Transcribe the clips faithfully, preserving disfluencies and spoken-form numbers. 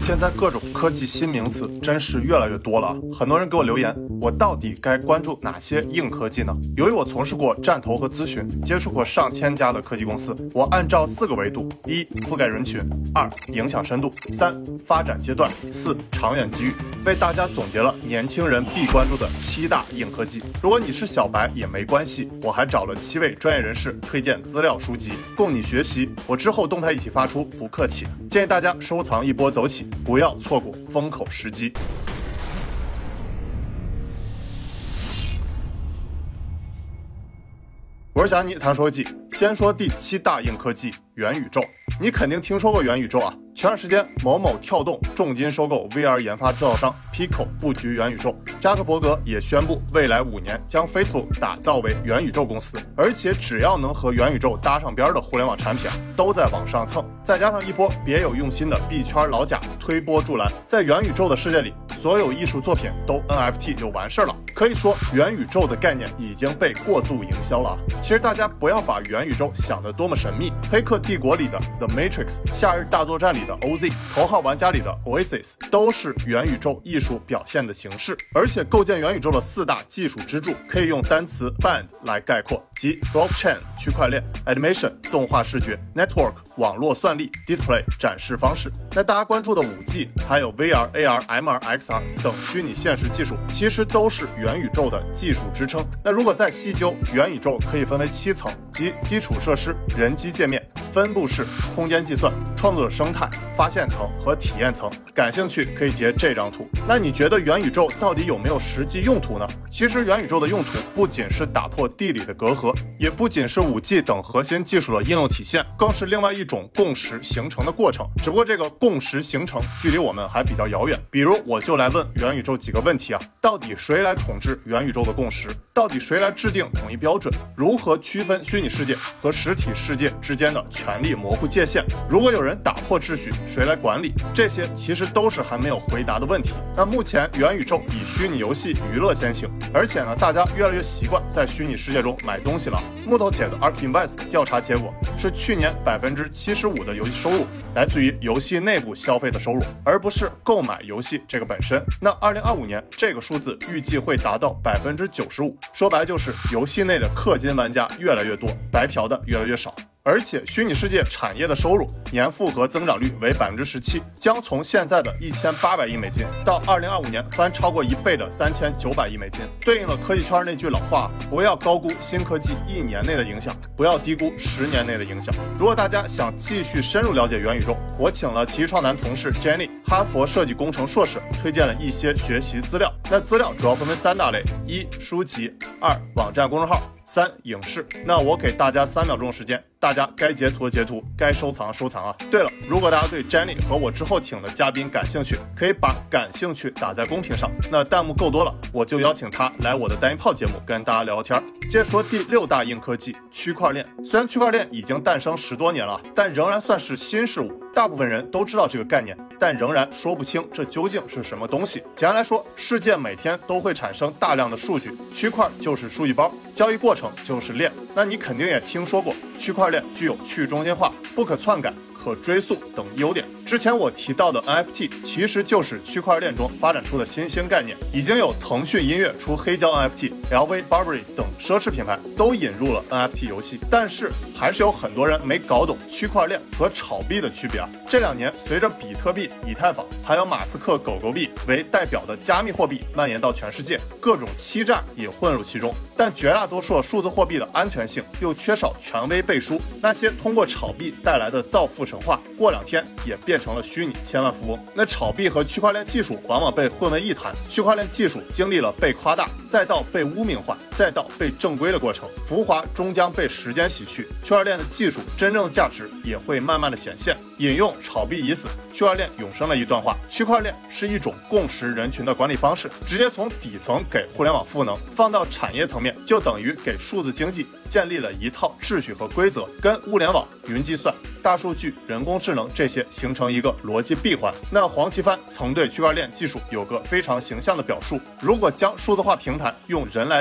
现在各种科技新名词真是越来越多了，很多人给我留言，我到底该关注哪些硬科技呢？由于我从事过战投和咨询，接触过上千家的科技公司，我按照四个维度：一、覆盖人群；二、影响深度；三、发展阶段；四、长远机遇，为大家总结了年轻人必关注的七大硬科技。如果你是小白也没关系，我还找了七位专业人士推荐资料书籍供你学习，我之后动态一起发出，不客气。建议大家收藏一波走起，不要错过风口时机。我是小安妮，谈说技。先说第七大硬科技元宇宙。你肯定听说过元宇宙啊，前段时间某某跳动重金收购 V R 研发制造商 Pico 布局元宇宙，扎克伯格也宣布未来五年将 Facebook 打造为元宇宙公司，而且只要能和元宇宙搭上边的互联网产品都在往上蹭，再加上一波别有用心的币圈老贾推波助澜，在元宇宙的世界里，所有艺术作品都 N F T 就完事了。可以说元宇宙的概念已经被过度营销了。其实大家不要把元宇宙想得多么神秘，黑客帝国里的 The Matrix、 夏日大作战里的 O Z、 头号玩家里的 Oasis 都是元宇宙艺术表现的形式。而且构建元宇宙的四大技术支柱可以用单词 band 来概括，即 blockchain 区块链、 animation 动画视觉、 network 网络算力、 display 展示方式。那大家关注的 五 G 还有 V R、 A R、 M R、 X R 等虚拟现实技术其实都是元宇宙的技术支撑。那如果再细究，元宇宙可以分为七层，即基础设施、人机界面、分布式、空间计算、创作者生态、发现层和体验层。感兴趣可以截这张图。那你觉得元宇宙到底有没有实际用途呢？其实元宇宙的用途不仅是打破地理的隔阂，也不仅是 五 G 等核心技术的应用体现，更是另外一种共识形成的过程。只不过这个共识形成距离我们还比较遥远。比如我就来问元宇宙几个问题啊，到底谁来统治元宇宙的共识？到底谁来制定统一标准？如何区分虚拟世界和实体世界之间的权力模糊界限？如果有人打破秩序，谁来管理？这些其实都是还没有回答的问题。那目前元宇宙以虚拟游戏娱乐先行，而且呢，大家越来越习惯在虚拟世界中买东西了。木头姐的 Ark Invest 调查结果是，去年百分之七十五的游戏收入来自于游戏内部消费的收入，而不是购买游戏这个本身。那二零二五年这个数字预计会达到百分之九十五，说白就是游戏内的氪金玩家越来越多，白嫖的越来越少。而且虚拟世界产业的收入年复合增长率为百分之十七，将从现在的一千八百亿美金到二零二五年翻超过一倍的三千九百亿美金。对应了科技圈那句老话，不要高估新科技一年内的影响，不要低估十年内的影响。如果大家想继续深入了解元宇宙，我请了奇创男同事 Jenny， 哈佛设计工程硕士，推荐了一些学习资料。那资料主要分为三大类：一、书籍；二、网站公众号；三、影视。那我给大家三秒钟的时间，大家该截图的截图，该收藏收藏啊。对了，如果大家对 Jenny 和我之后请的嘉宾感兴趣，可以把感兴趣打在公屏上，那弹幕够多了，我就邀请他来我的单一炮节目跟大家聊聊天。接着说第六大硬科技区块链。虽然区块链已经诞生十多年了，但仍然算是新事物，大部分人都知道这个概念，但仍然说不清这究竟是什么东西。简单来说，世界每天都会产生大量的数据，区块就是数据包，交易过程就是链。那你肯定也听说过，区块链具有去中心化、不可篡改、可追溯等优点。之前我提到的 N F T 其实就是区块链中发展出的新兴概念，已经有腾讯音乐出黑胶 N F T、L V、Burberry 等奢侈品牌都引入了 N F T 游戏，但是还是有很多人没搞懂区块链和炒币的区别啊。这两年随着比特币、以太坊还有马斯克狗狗币为代表的加密货币蔓延到全世界，各种欺诈也混入其中，但绝大多数数字货币的安全性又缺少权威背书，那些通过炒币带来的造富神话，过两天也变成了虚拟千万富翁。那炒币和区块链技术往往被混为一谈，区块链技术经历了被夸大，再到被污名化，再到被正规的过程，浮华终将被时间洗去，区块链的技术真正的价值也会慢慢的显现。引用炒币已死，区块链永生的一段话：区块链是一种共识人群的管理方式，直接从底层给互联网赋能，放到产业层面，就等于给数字经济建立了一套秩序和规则，跟物联网、云计算、大数据、人工智能这些形成一个逻辑闭环。那黄奇帆曾对区块链技术有个非常形象的表述：如果将数字化平台用人来类比，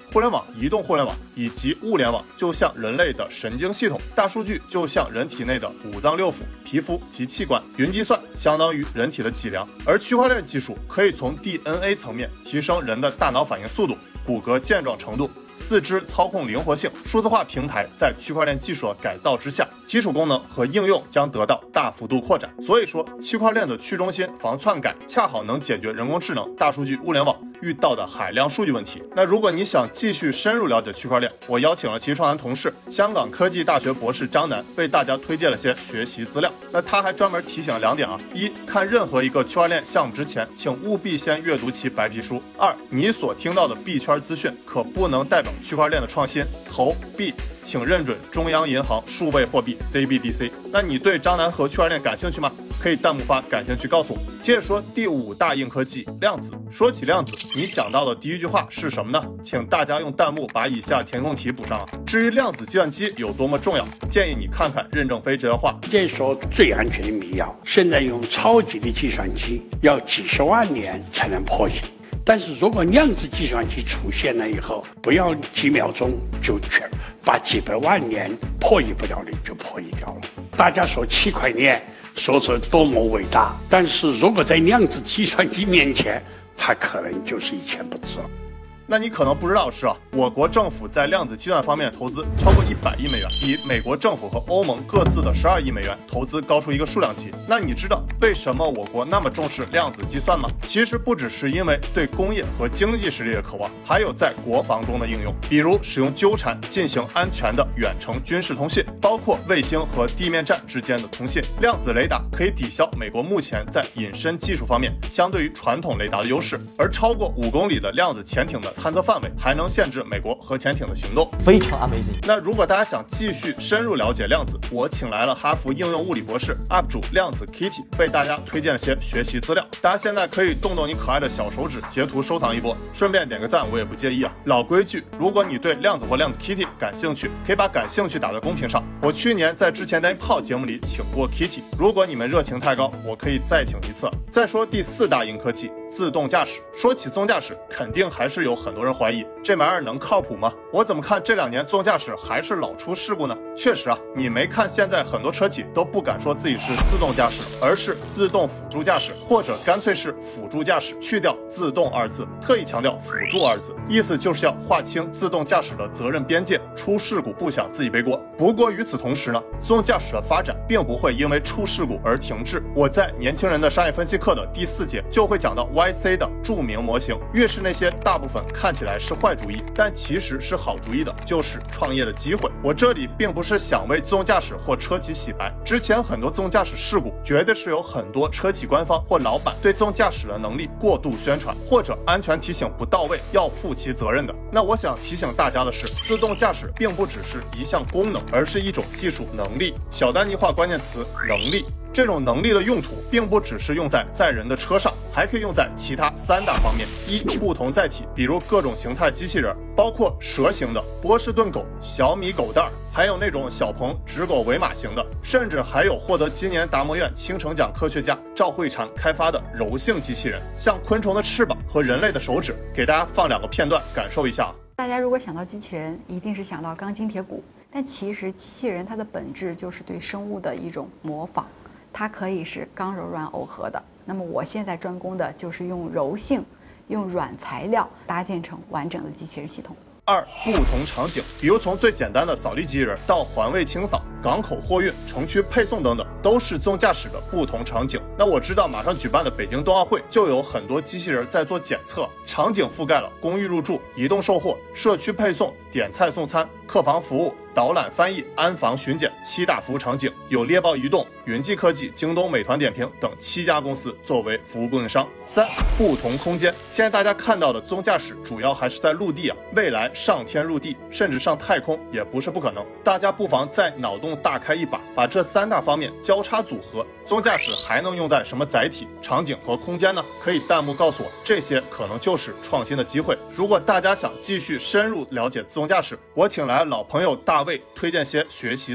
互联网、移动互联网以及物联网就像人类的神经系统，大数据就像人体内的五脏六腑、皮肤及器官，云计算相当于人体的脊梁，而区块链技术可以从 D N A 层面提升人的大脑反应速度、骨骼健壮程度、四肢操控灵活性。数字化平台在区块链技术的改造之下，基础功能和应用将得到大幅度扩展。所以说，区块链的去中心、防篡改恰好能解决人工智能、大数据、物联网遇到的海量数据问题。那如果你想继续深入了解区块链，我邀请了其创团同事、香港科技大学博士张楠为大家推荐了些学习资料。那他还专门提醒了两点啊：一，看任何一个区块链项目之前，请务必先阅读其白皮书；二，你所听到的币圈资讯可不能代表区块链的创新。投币请认准中央银行数位货币 C B D C。 那你对张楠和区块链感兴趣吗？可以弹幕发感兴趣告诉我。接着说第五大硬科技量子。说起量子，你想到的第一句话是什么呢？请大家用弹幕把以下填空题补上啊。至于量子计算机有多么重要，建议你看看任正非这段话。 这说最安全的密钥，现在用超级的计算机要几十万年才能破解。但是如果量子计算机出现了以后，不要几秒钟就全把几百万年破译不了的就破译掉了。大家说区块链说是多么伟大，但是如果在量子计算机面前，它可能就是一钱不值。 那你可能不知道的是啊，我国政府在量子计算方面的投资超过一百亿美元，比美国政府和欧盟各自的十二亿美元投资高出一个数量级。那你知道为什么我国那么重视量子计算吗？其实不只是因为对工业和经济实力的渴望，还有在国防中的应用，比如使用纠缠进行安全的远程军事通信，包括卫星和地面站之间的通信。量子雷达可以抵消美国目前在隐身技术方面相对于传统雷达的优势，而超过五公里的量子潜艇的探测范围还能限制美国核潜艇的行动， 非常 amazing。 那如果大家想继续深入了解量子，我请来了哈佛应用物理博士 U P 主量子 Kitty 为大家推荐了些学习资料。大家现在可以动动你可爱的小手指截图收藏一波，顺便点个赞我也不介意啊。老规矩，如果你对量子或量子 Kitty 感兴趣，可以把感兴趣打在公屏上。我去年在之前的一炮节目里请过 Kitty， 如果你们热情太高，我可以再请一次。再说第四大硬科技自动驾驶。说起自动驾驶，肯定还是有很多人怀疑这玩意儿能靠谱吗？我怎么看这两年自动驾驶还是老出事故呢？确实啊，你没看现在很多车企都不敢说自己是自动驾驶，而是自动辅助驾驶，或者干脆是辅助驾驶，去掉自动二字，特意强调辅助二字，意思就是要划清自动驾驶的责任边界，出事故不想自己背锅。不过与此同时呢，自动驾驶的发展并不会因为出事故而停滞。我在年轻人的商业分析课的第四节就会讲到 Y C 的著名模型，越是那些大部分看起来是坏主意，但其实是好主意的，就是创业的机会。我这里并不是想为自动驾驶或车企洗白，之前很多自动驾驶事故绝对是有很多车企官方或老板对自动驾驶的能力过度宣传，或者安全提醒不到位，要负其责任的。那我想提醒大家的是，自动驾驶并不只是一项功能，而是一种技术能力。小单一化关键词：能力。这种能力的用途并不只是用在载人的车上，还可以用在其他三大方面：一、不同载体，比如各种形态机器人，包括蛇形的波士顿狗、小米狗蛋儿，还有那种小鹏直狗尾马型的，甚至还有获得今年达摩院青城奖科学家赵慧婵开发的柔性机器人，像昆虫的翅膀和人类的手指。给大家放两个片段感受一下。 大家如果想到机器人，一定是想到钢筋铁骨，但其实机器人它的本质就是对生物的一种模仿，它可以是刚柔软耦合的。那么我现在专攻的就是用柔性、用软材料搭建成完整的机器人系统。 二、不同场景，比如从最简单的扫地机器人到环卫清扫、港口货运、城区配送等等，都是自动驾驶的不同场景。那我知道马上举办的北京冬奥会就有很多机器人在做检测，场景覆盖了公寓入住、移动售货、社区配送、点菜送餐、客房服务、导览翻译、安防巡检七大服务场景，有猎豹移动、云际科技、京东、美团点评等七家公司作为服务供应商。三、不同空间，现在大家看到的自动驾驶主要还是在陆地啊，未来上天入地，甚至上太空也不是不可能。大家不妨再脑洞大开一把，把这三大方面交叉组合，自动驾驶还能用在什么载体、场景和空间呢？可以弹幕告诉我，这些可能就是创新的机会。如果大家想继续深入了解自动驾驶，我请来老朋友大卫推荐些学习资料。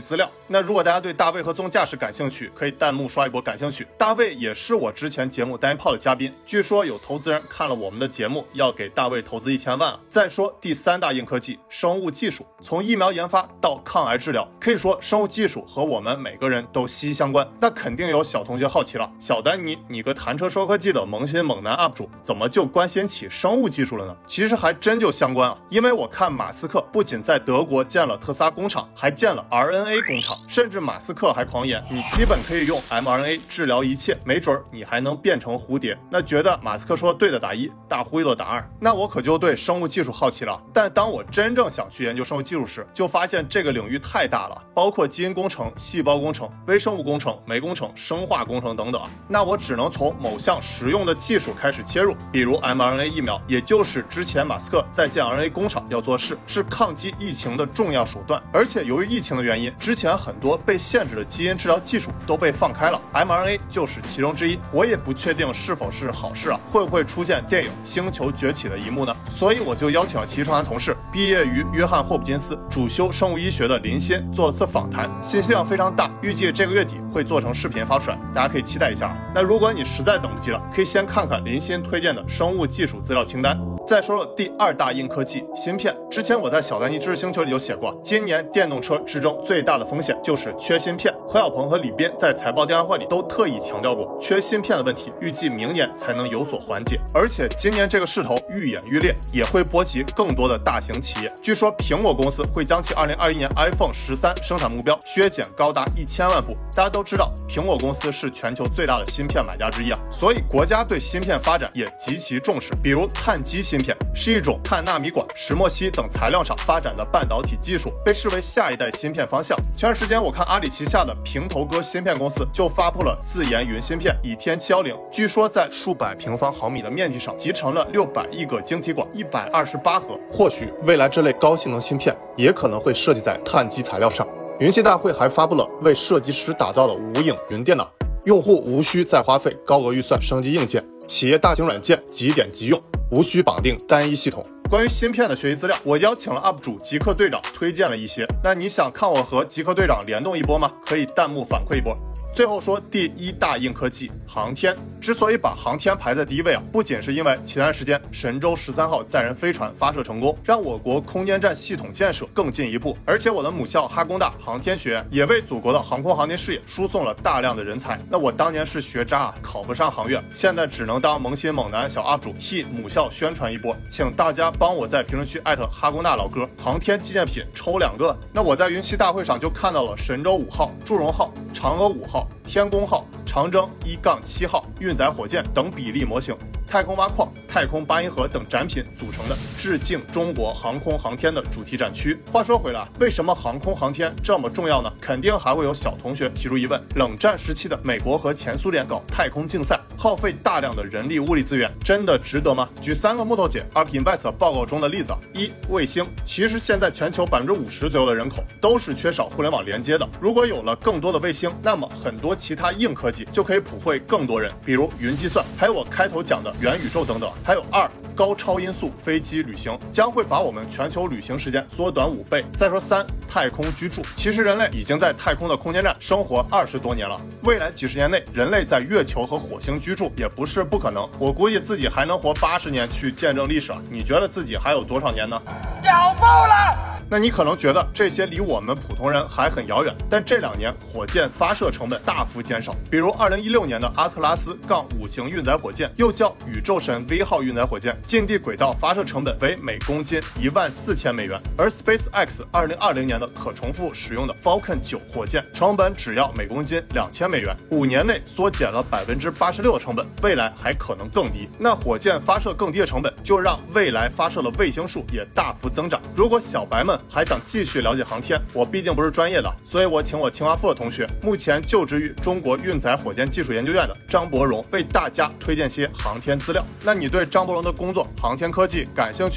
那如果大家对大卫和自动驾驶感兴趣，可以弹幕刷一波感兴趣。大卫也是我之前节目单一炮的嘉宾，据说有投资人看了我们的节目，要给大卫投资一千万啊。再说第三大硬科技，生物技术，从疫苗研发到抗癌治疗，可以说生物技术和我们每个人都息息相关。那肯定有小同学好奇了，小丹尼，你个谈车说科技的萌新猛男 U P 主，怎么就关心起生物技术了呢？其实还真就相关啊，因为我看马斯克不仅在德国建了特斯拉工厂，还建了 R N A 工厂，甚至马斯克还狂言，你基本可以用 M R N A 治疗一切，没准你还能变成蝴蝶。那觉得马斯克说对的打一，大忽悠的打二，那我可就对生物技术好奇了。但当我真正想去研究生物技术时，就发现这个领域太大了，包括基因工程、细胞工程、微生物工程、酶工程、生化工程等等。那我只能从某项实用的技术开始切入，比如 M R N A 疫苗，也就是之前马斯克在建 R N A 工厂要做事，是抗击疫情的重要手段。而且由于疫情的原因，之前很多被限制的基因治疗技术都被放开了 ，M R N A 就是其中之一。我也不确定是否是好事啊，会不会出现电影《星球崛起》的一幕呢？所以我就邀请了齐成南同事，毕业于约翰霍普金斯，主修生物医学的林鑫做了次访谈，信息量非常大，预计这个月底会做成视频发出来，大家可以期待一下。那如果你实在等不及了，可以先看看林鑫推荐的生物技术资料清单。再说说第二大硬科技芯片，之前我在小丹尼知识星球里有写过，今年电动车之争最大的风险就是缺芯片。何小鹏和李斌在财报电话会里都特意强调过，缺芯片的问题预计明年才能有所缓解。而且今年这个势头愈演愈烈，也会波及更多的大型企业。据说苹果公司会将其二零二一年 iPhone 十三生产目标削减高达一千万部。大家都知道，苹果公司是全球最大的芯片买家之一啊，所以国家对芯片发展也极其重视。比如碳基芯片是一种碳纳米管、石墨烯等材料上发展的半导体技术，被视为下一代芯片方向。前段时间我看阿里旗下的平头哥芯片公司就发布了自研云芯片倚天七一零，据说在数百平方毫米的面积上集成了六百亿个晶体管，一百二十八核。或许未来这类高性能芯片也可能会设计在碳基材料上。云系大会还发布了为设计师打造的无影云电脑，用户无需再花费高额预算升级硬件，企业大型软件即点即用，无需绑定单一系统。关于芯片的学习资料，我邀请了 U P 主极客队长推荐了一些。那你想看我和极客队长联动一波吗？可以弹幕反馈一波。最后说第一大硬科技航天，之所以把航天排在第一位啊，不仅是因为前段时间神舟十三号载人飞船发射成功，让我国空间站系统建设更进一步，而且我的母校哈工大航天学院也为祖国的航空航天事业输送了大量的人才。那我当年是学渣啊，考不上航院，现在只能当萌新猛男小 U P 主，替母校宣传一波，请大家帮我在评论区艾特哈工大老哥，航天纪念品抽两个。那我在云栖大会上就看到了神舟五号、祝融号、嫦娥五号、天宫号、长征一杠七号运载火箭等比例模型，太空挖矿、太空八音盒等展品组成的致敬中国航空航天的主题展区。话说回来，为什么航空航天这么重要呢？肯定还会有小同学提出疑问，冷战时期的美国和前苏联搞太空竞赛，耗费大量的人力物力资源，真的值得吗？举三个木头姐 U P Invest 报告中的例子。一、卫星。其实现在全球百分之五十左右的人口都是缺少互联网连接的，如果有了更多的卫星，那么很多其他硬科技就可以普惠更多人，比如云计算，还有我开头讲的元宇宙等等。还有二，高超音速飞机旅行将会把我们全球旅行时间缩短五倍。再说三，太空居住。其实人类已经在太空的空间站生活二十多年了，未来几十年内人类在月球和火星居住也不是不可能。我估计自己还能活八十年去见证历史啊！你觉得自己还有多少年呢？ 屌爆了！ 那你可能觉得这些离我们普通人还很遥远，但这两年火箭发射成本大幅减少。比如二零一六年的阿特拉斯杠五型运载火箭，又叫宇宙神 V 号运载火箭，近地轨道发射成本为每公斤一万四千美元。而 SpaceX 二零二零年的可重复使用的 Falcon 九火箭，成本只要每公斤两千美元，五年内缩减了百分之八十六的成本，未来还可能更低。那火箭发射更低的成本，就让未来发射的卫星数也大幅增长。如果小白们还想继续了解航天，我毕竟不是专业的，所以我请我清华附的同学，目前就职于中国运载火箭技术研究院的张伯荣，为大家推荐些航天资料。那你对张伯荣的工作航天科技感兴趣吗？可以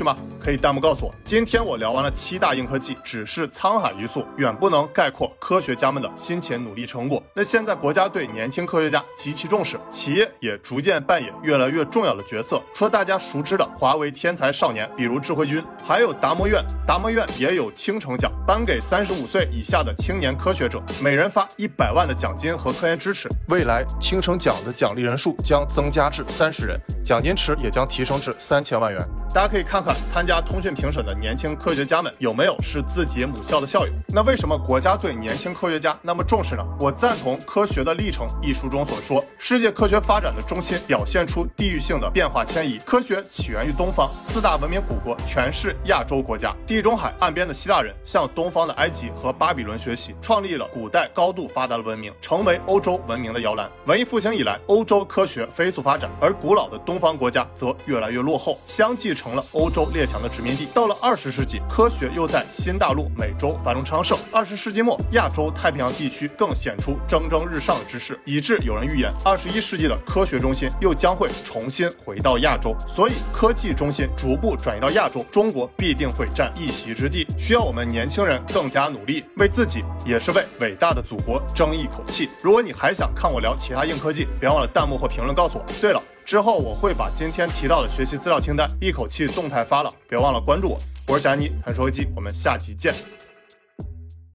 可以弹幕告诉我。今天我聊完了七大硬科技，只是沧海一粟，远不能概括科学家们的辛勤努力成果。那现在国家对年轻科学家极其重视，企业也逐渐扮演越来越重要的角色。除了大家熟知的华为天才少年，比如智慧君，还有达摩院，达摩院也有青城奖，颁给三十五岁以下的青年科学者，每人发一百万的奖金和科研支持。未来青城奖的奖励人数将增加至三十人，奖金池也将提升至三千万元。大家可以看看参加通讯评审的年轻科学家们有没有是自己母校的校友。那为什么国家对年轻科学家那么重视呢？我赞同《科学的历程》一书中所说，世界科学发展的中心表现出地域性的变化迁移。科学起源于东方，四大文明古国全是亚洲国家。地中海岸边的希腊人向东方的埃及和巴比伦学习，创立了古代高度发达的文明，成为欧洲文明的摇篮。文艺复兴以来，欧洲科学飞速发展，而古老的东方国家则越来越落后，相继成了欧洲列强的殖民地。到了二十世纪，科学又在新大陆、美洲繁荣昌盛。二十世纪末，亚洲太平洋地区更显出蒸蒸日上的之势，以致有人预言，二十一世纪的科学中心又将会重新回到亚洲。所以，科技中心逐步转移到亚洲，中国必定会占一席之地。需要我们年轻人更加努力，为自己也是为伟大的祖国争一口气。如果你还想看我聊其他硬科技，别忘了弹幕或评论告诉我。对了，之后我会把今天提到的学习资料清单一口气动态发了，别忘了关注我。我是小安妮，谈说科技，我们下期见。